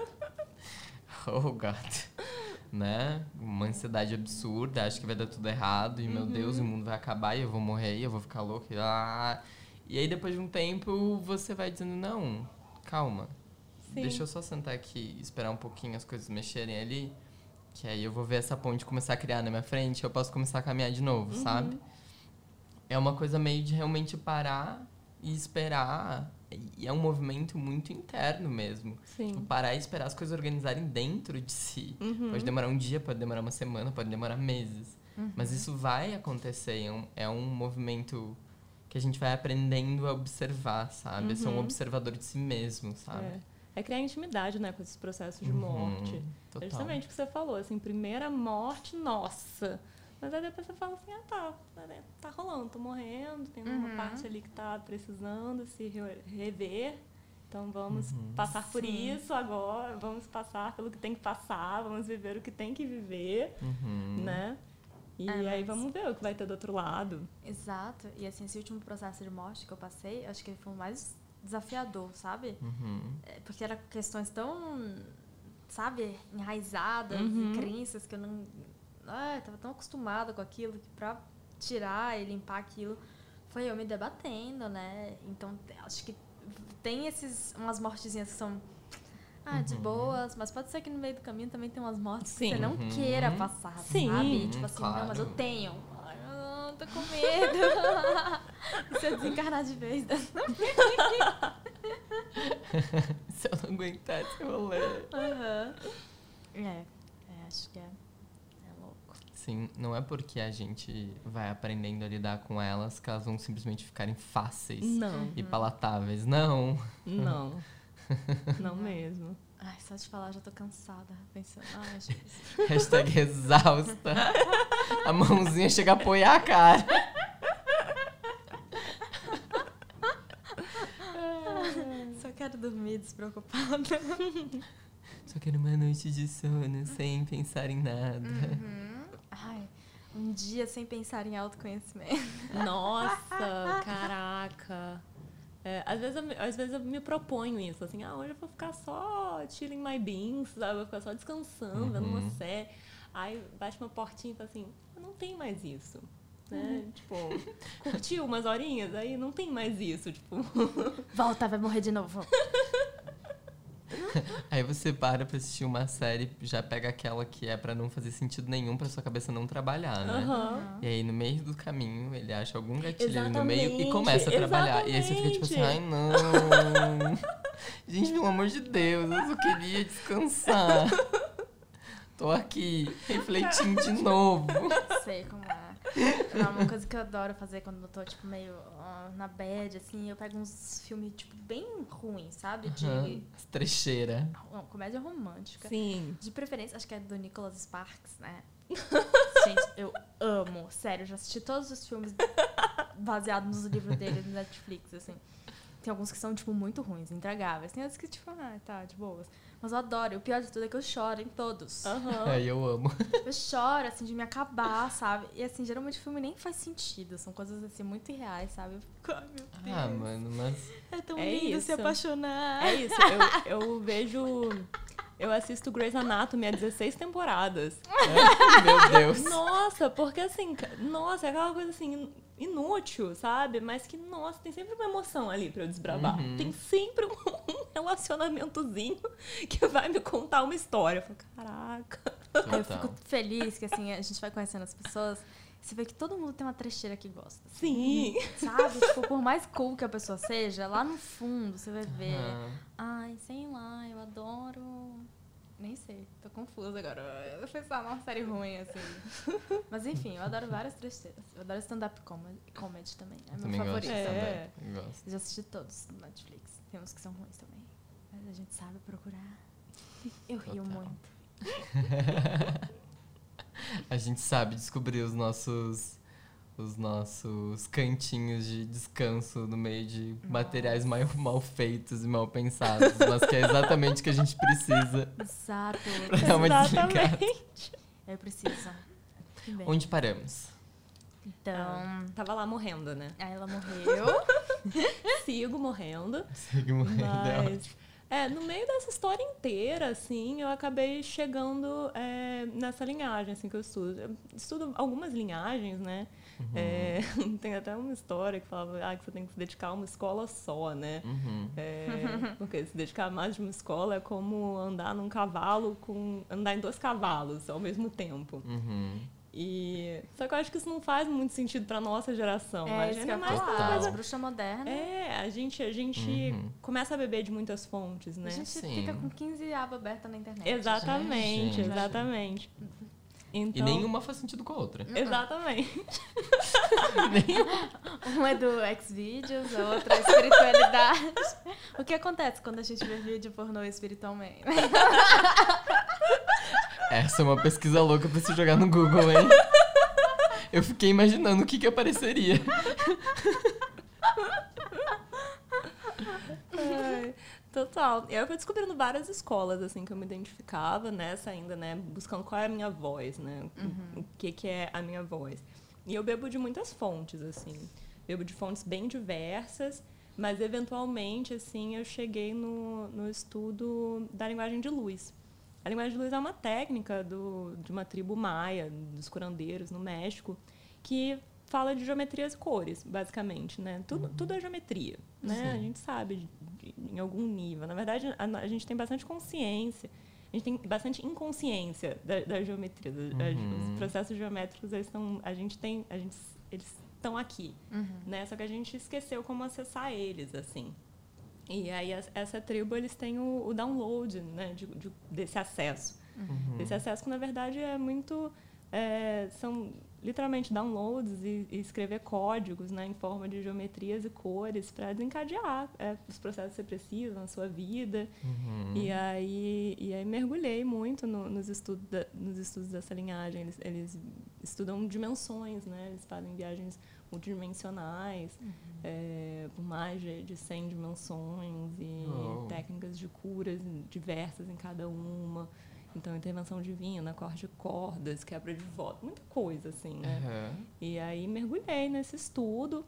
oh, gato. Né? Uma ansiedade absurda, acho que vai dar tudo errado. E, meu Deus, o mundo vai acabar e eu vou morrer e eu vou ficar louco. E aí, depois de um tempo, você vai dizendo, não, calma. Sim. Deixa eu só sentar aqui e esperar um pouquinho as coisas mexerem ali. Que aí eu vou ver essa ponte começar a criar na minha frente e eu posso começar a caminhar de novo, sabe? É uma coisa meio de realmente parar e esperar. E é um movimento muito interno mesmo. Sim. Tipo, parar e esperar as coisas organizarem dentro de si. Pode demorar um dia, pode demorar uma semana, pode demorar meses. Mas isso vai acontecer. É um movimento... que a gente vai aprendendo a observar, sabe? Ser um observador de si mesmo, sabe? É criar intimidade, né, com esses processos de morte. Total. É justamente o que você falou, assim, primeira morte, nossa. Mas aí depois você fala assim, tá rolando, tô morrendo, tem uma parte ali que tá precisando se rever. Então vamos passar por isso agora, vamos passar pelo que tem que passar, vamos viver o que tem que viver, né? E aí vamos ver o que vai ter do outro lado. Exato. E assim, esse último processo de morte que eu passei, acho que ele foi o mais desafiador, sabe? Porque eram questões tão, sabe, enraizadas e crenças que eu não... tava tão acostumada com aquilo que pra tirar e limpar aquilo foi eu me debatendo, né? Então, acho que tem umas mortezinhas que são... de boas, mas pode ser que no meio do caminho também tem umas mortes que você não queira passar, sabe? Tipo assim, claro. Não, mas eu tenho. Ai, não, tô com medo. E se eu desencarnar de vez? Se eu não aguentar esse rolê. Acho que é louco. Sim, não é porque a gente vai aprendendo a lidar com elas que elas vão simplesmente ficarem fáceis e palatáveis. Não. Não. Não mesmo. Ai, só de falar já tô cansada. Pensando, ai, Jesus. Hashtag exausta. A mãozinha chega a apoiar a cara. Só quero dormir despreocupada. Só quero uma noite de sono sem pensar em nada. Ai, um dia sem pensar em autoconhecimento. Nossa, caraca. Às vezes eu me proponho isso, assim, hoje eu vou ficar só chilling my beans, sabe? Eu vou ficar só descansando, vendo uma série. Aí bate uma portinha e fala assim, não tem mais isso. Né? Tipo, curtiu umas horinhas, aí não tem mais isso, tipo... Volta, vai morrer de novo. Aí você para pra assistir uma série, já pega aquela que é pra não fazer sentido nenhum pra sua cabeça não trabalhar, né? E aí no meio do caminho ele acha algum gatilho ali no meio e começa a trabalhar. E aí você fica tipo assim, ai não. Gente, pelo amor de Deus, eu só queria descansar. Tô aqui refletindo de novo. Sei como é. Não, uma coisa que eu adoro fazer quando eu tô, tipo, meio na bad, assim, eu pego uns filmes, tipo, bem ruins, sabe? De... trecheira. Comédia romântica. Sim. De preferência, acho que é do Nicholas Sparks, né? Gente, eu amo. Sério, eu já assisti todos os filmes baseados nos livros dele no Netflix, assim. Tem alguns que são, tipo, muito ruins, intragáveis. Tem outros que, tipo, tá, de boas. Mas eu adoro. O pior de tudo é que eu choro em todos. Aí eu amo. Eu choro, assim, de me acabar, sabe? E, assim, geralmente o filme nem faz sentido. São coisas, assim, muito irreais, sabe? Eu fico, ai, meu Deus. Ah, mano, mas... É tão lindo se apaixonar. É isso. Eu vejo... Eu assisto Grey's Anatomy há 16 temporadas. Meu Deus. Nossa, porque assim... Nossa, é aquela coisa assim... inútil, sabe? Mas que, nossa, tem sempre uma emoção ali pra eu desbravar. Tem sempre um relacionamentozinho que vai me contar uma história. Eu falo, caraca. Aí eu fico feliz que, assim, a gente vai conhecendo as pessoas. Você vê que todo mundo tem uma trecheira que gosta. Sim. Sabe? Tipo, por mais cool que a pessoa seja, lá no fundo você vai ver. Ai, sei lá, eu adoro... Nem sei, tô confusa agora. Eu pensava numa série ruim, assim. Mas enfim, eu adoro várias trecheiras. Eu adoro stand-up comedy também. É meu favorito. Eu gosto. Eu já assisti todos no Netflix. Tem uns que são ruins também. Mas a gente sabe procurar. Eu rio muito. A gente sabe descobrir os nossos cantinhos de descanso no meio de materiais mal feitos e mal pensados, mas que é exatamente o que a gente precisa. Exato. Pra dar uma desligada. Eu preciso. Onde paramos? Então... Tava lá morrendo, né? Aí ela morreu. Sigo morrendo. Mas... no meio dessa história inteira, assim, eu acabei chegando nessa linhagem, assim, que eu estudo. Eu estudo algumas linhagens, né? Tem até uma história que falava que você tem que se dedicar a uma escola só, né? Porque se dedicar a mais de uma escola é como andar num cavalo andar em 2 cavalos ao mesmo tempo. Só que eu acho que isso não faz muito sentido pra nossa geração. A gente é mais coisa bruxa moderna. A gente começa a beber de muitas fontes, né? A gente fica com 15 abas abertas na internet. Exatamente, exatamente. Então... E nenhuma faz sentido com a outra. Exatamente. Uma é do Xvideos, a outra é espiritualidade. O que acontece quando a gente vê vídeo pornô espiritualmente? Essa é uma pesquisa louca pra se jogar no Google, hein? Eu fiquei imaginando o que apareceria. Total. E aí eu fui descobrindo várias escolas, assim, que eu me identificava nessa ainda, né? Buscando qual é a minha voz, né? O que é a minha voz. E eu bebo de muitas fontes, assim. Bebo de fontes bem diversas, mas eventualmente, assim, eu cheguei no estudo da linguagem de luz. A linguagem de luz é uma técnica de uma tribo maia, dos curandeiros, no México, que fala de geometrias e cores, basicamente, né? Tudo é geometria, né? A gente sabe em algum nível. Na verdade, a gente tem bastante consciência, a gente tem bastante inconsciência da geometria. Os processos geométricos, eles estão aqui, né? Só que a gente esqueceu como acessar eles, assim. E aí essa tribo, eles têm o download, né, desse acesso. Esse acesso que, na verdade, é muito... são literalmente downloads e escrever códigos, né, em forma de geometrias e cores para desencadear os processos que você precisa na sua vida. E aí mergulhei muito nos estudos dessa linhagem. Eles estudam dimensões, né? Eles fazem viagens multidimensionais, por mais de 100 dimensões e técnicas de curas diversas em cada uma. Então, intervenção divina, corte de cordas, quebra de voto, muita coisa, assim, né? E aí, mergulhei nesse estudo.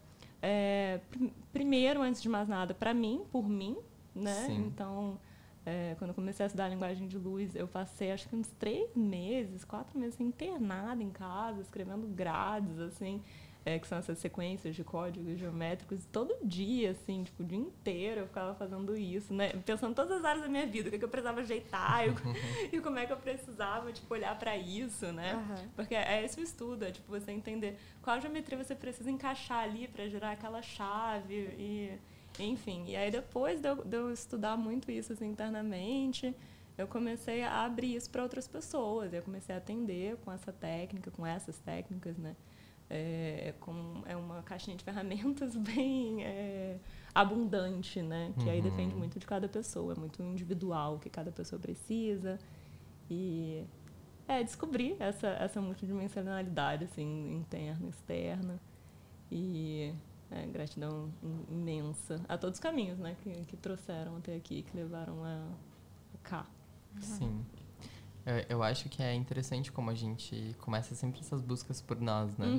Primeiro, antes de mais nada, para mim, por mim, né? Sim. Então, quando eu comecei a estudar a linguagem de luz, eu passei, acho que uns 3 meses, 4 meses, internada em casa, escrevendo grades, assim, que são essas sequências de códigos geométricos, todo dia, assim, tipo, o dia inteiro eu ficava fazendo isso, né? Pensando em todas as áreas da minha vida, o que eu precisava ajeitar e como é que eu precisava, tipo, olhar para isso, né? Porque é esse o estudo, tipo, você entender qual geometria você precisa encaixar ali para gerar aquela chave e... Enfim, e aí depois de eu estudar muito isso assim, internamente, eu comecei a abrir isso para outras pessoas. Eu comecei a atender com essa técnica, com essas técnicas, né? É uma caixinha de ferramentas bem abundante, né? Que aí depende muito de cada pessoa, é muito individual o que cada pessoa precisa. E descobrir essa multidimensionalidade assim, interna, externa. E... gratidão imensa a todos os caminhos, né, que trouxeram até aqui, que levaram a cá. Sim. Eu acho que é interessante como a gente começa sempre essas buscas por nós, né?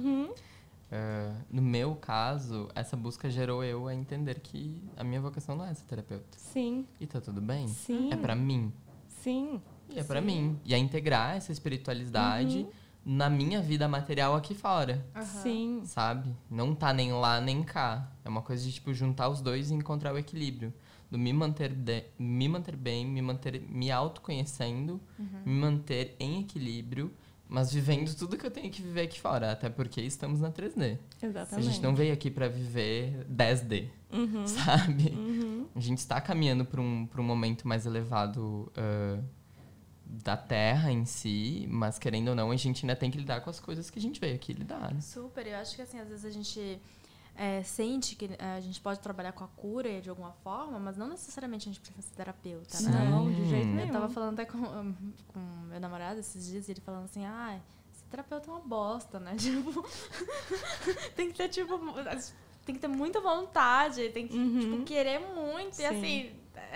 No meu caso, essa busca gerou eu a entender que a minha vocação não é ser terapeuta. Sim. E tá tudo bem? Sim. É pra mim. Sim. E é pra mim. E a integrar essa espiritualidade na minha vida material aqui fora. Sim. Sabe? Não tá nem lá, nem cá. É uma coisa de, tipo, juntar os dois e encontrar o equilíbrio. Do me manter bem, me autoconhecendo, me manter em equilíbrio, mas vivendo tudo que eu tenho que viver aqui fora. Até porque estamos na 3D. Exatamente. A gente não veio aqui pra viver 10D, sabe? A gente está caminhando pra um momento mais elevado da Terra em si, mas querendo ou não, a gente ainda tem que lidar com as coisas que a gente veio aqui lidar. Super, eu acho que assim, às vezes a gente sente que a gente pode trabalhar com a cura de alguma forma, mas não necessariamente a gente precisa ser terapeuta, né? Não, de jeito nenhum. Eu tava falando até com meu namorado esses dias, e ele falando assim, ser terapeuta é uma bosta, né? Tipo, tem que ter, tipo, tem que ter muita vontade, tem que tipo, querer muito, e assim,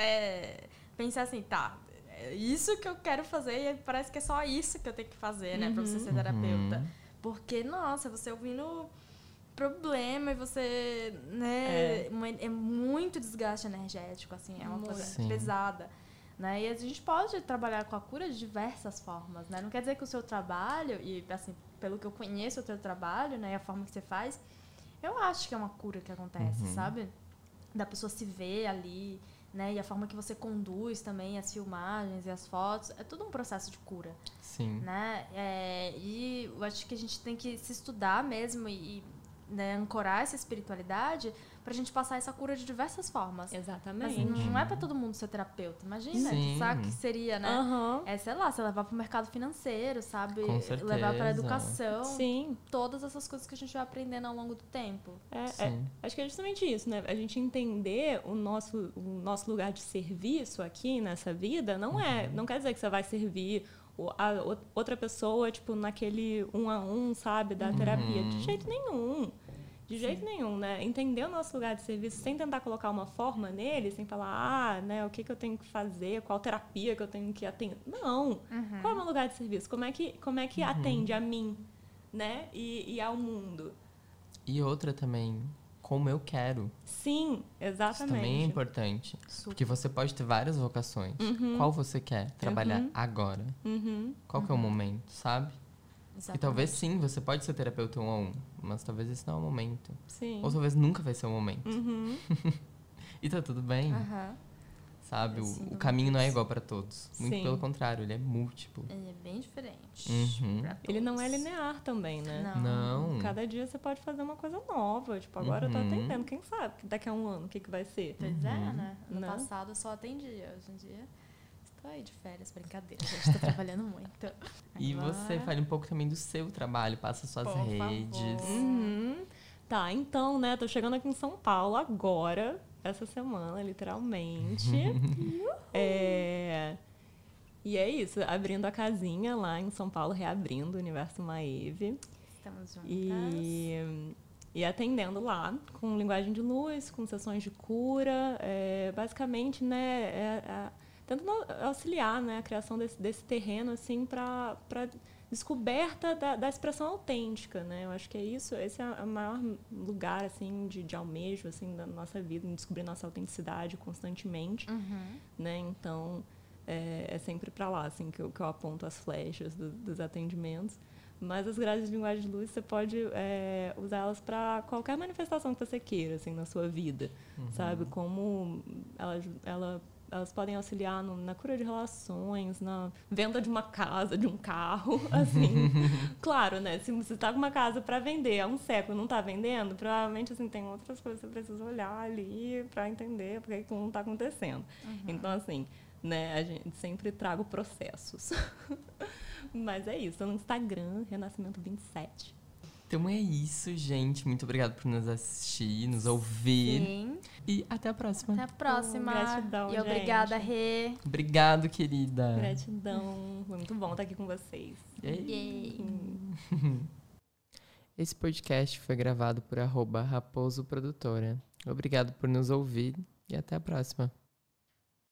pensar assim, tá, é isso que eu quero fazer e parece que é só isso que eu tenho que fazer, né, pra você ser terapeuta. Porque, nossa, você ouvindo problema e você, né, é muito desgaste energético, assim, é uma coisa pesada, né, e a gente pode trabalhar com a cura de diversas formas, né, não quer dizer que o seu trabalho, e assim, pelo que eu conheço o teu trabalho, né, e a forma que você faz, eu acho que é uma cura que acontece, sabe, da pessoa se ver ali, né, e a forma que você conduz também as filmagens e as fotos, é tudo um processo de cura. Sim. Né? E eu acho que a gente tem que se estudar mesmo e né, ancorar essa espiritualidade pra gente passar essa cura de diversas formas. Exatamente. Mas não é pra todo mundo ser terapeuta. Imagina, sabe o que seria, né? Sei lá, você levar pro mercado financeiro, sabe? Com certeza. Levar pra educação. Sim. Todas essas coisas que a gente vai aprendendo ao longo do tempo. Acho que é justamente isso, né? A gente entender o nosso lugar de serviço aqui nessa vida não quer dizer que você vai servir a outra pessoa, tipo, naquele 1-a-1, sabe? Da terapia. De jeito nenhum. De jeito nenhum, né? Entender o nosso lugar de serviço sem tentar colocar uma forma nele, sem falar, né, o que eu tenho que fazer, qual terapia que eu tenho que atender. Não. Qual é o meu lugar de serviço? Como é que atende a mim, né? E ao mundo. E outra também, como eu quero. Sim, exatamente. Isso também é importante. Super. Porque você pode ter várias vocações. Qual você quer trabalhar agora? Qual que é o momento, sabe? Exatamente. E talvez sim, você pode ser terapeuta 1-a-1, mas talvez esse não é o momento. Sim. Ou talvez nunca vai ser o momento. E tá tudo bem. sabe? O caminho não é igual para todos. Muito pelo contrário, ele é múltiplo. Ele é bem diferente. Ele não é linear também, né? Não. Cada dia você pode fazer uma coisa nova. Tipo, agora eu tô atendendo. Quem sabe daqui a um ano o que vai ser? Pois é, né? No passado eu só atendia. Hoje em dia estou aí de férias, brincadeira. Já estou trabalhando muito. E você fale um pouco também do seu trabalho. Passa suas redes. Tá, então, né? Tô chegando aqui em São Paulo agora. Essa semana, literalmente. E é isso, abrindo a casinha lá em São Paulo, reabrindo o Universo Maeve. Estamos juntas. E atendendo lá com linguagem de luz, com sessões de cura. Basicamente, né, tentando auxiliar, né, a criação desse terreno assim, para descoberta da expressão autêntica, né? Eu acho que esse é o maior lugar assim de almejo assim da nossa vida, em descobrir nossa autenticidade constantemente, né? Então é sempre para lá assim que eu aponto as flechas dos atendimentos. Mas as grades de linguagem de luz você pode usá-las para qualquer manifestação que você queira assim na sua vida, sabe? Como elas podem auxiliar na cura de relações, na venda de uma casa, de um carro, assim. Claro, né? Se você está com uma casa para vender há um século e não está vendendo, provavelmente assim, tem outras coisas que você precisa olhar ali para entender porque que não está acontecendo. Então, assim, né? A gente sempre traga processos. Mas é isso. Estou no Instagram, Renascimento 27. Então é isso, gente. Muito obrigado por nos assistir, nos ouvir. Sim. E até a próxima. Até a próxima. Gratidão, e obrigada, gente. Rê. Obrigado, querida. Gratidão. Foi muito bom estar aqui com vocês. Yay. Esse podcast foi gravado por @raposoprodutora. Obrigado por nos ouvir e até a próxima.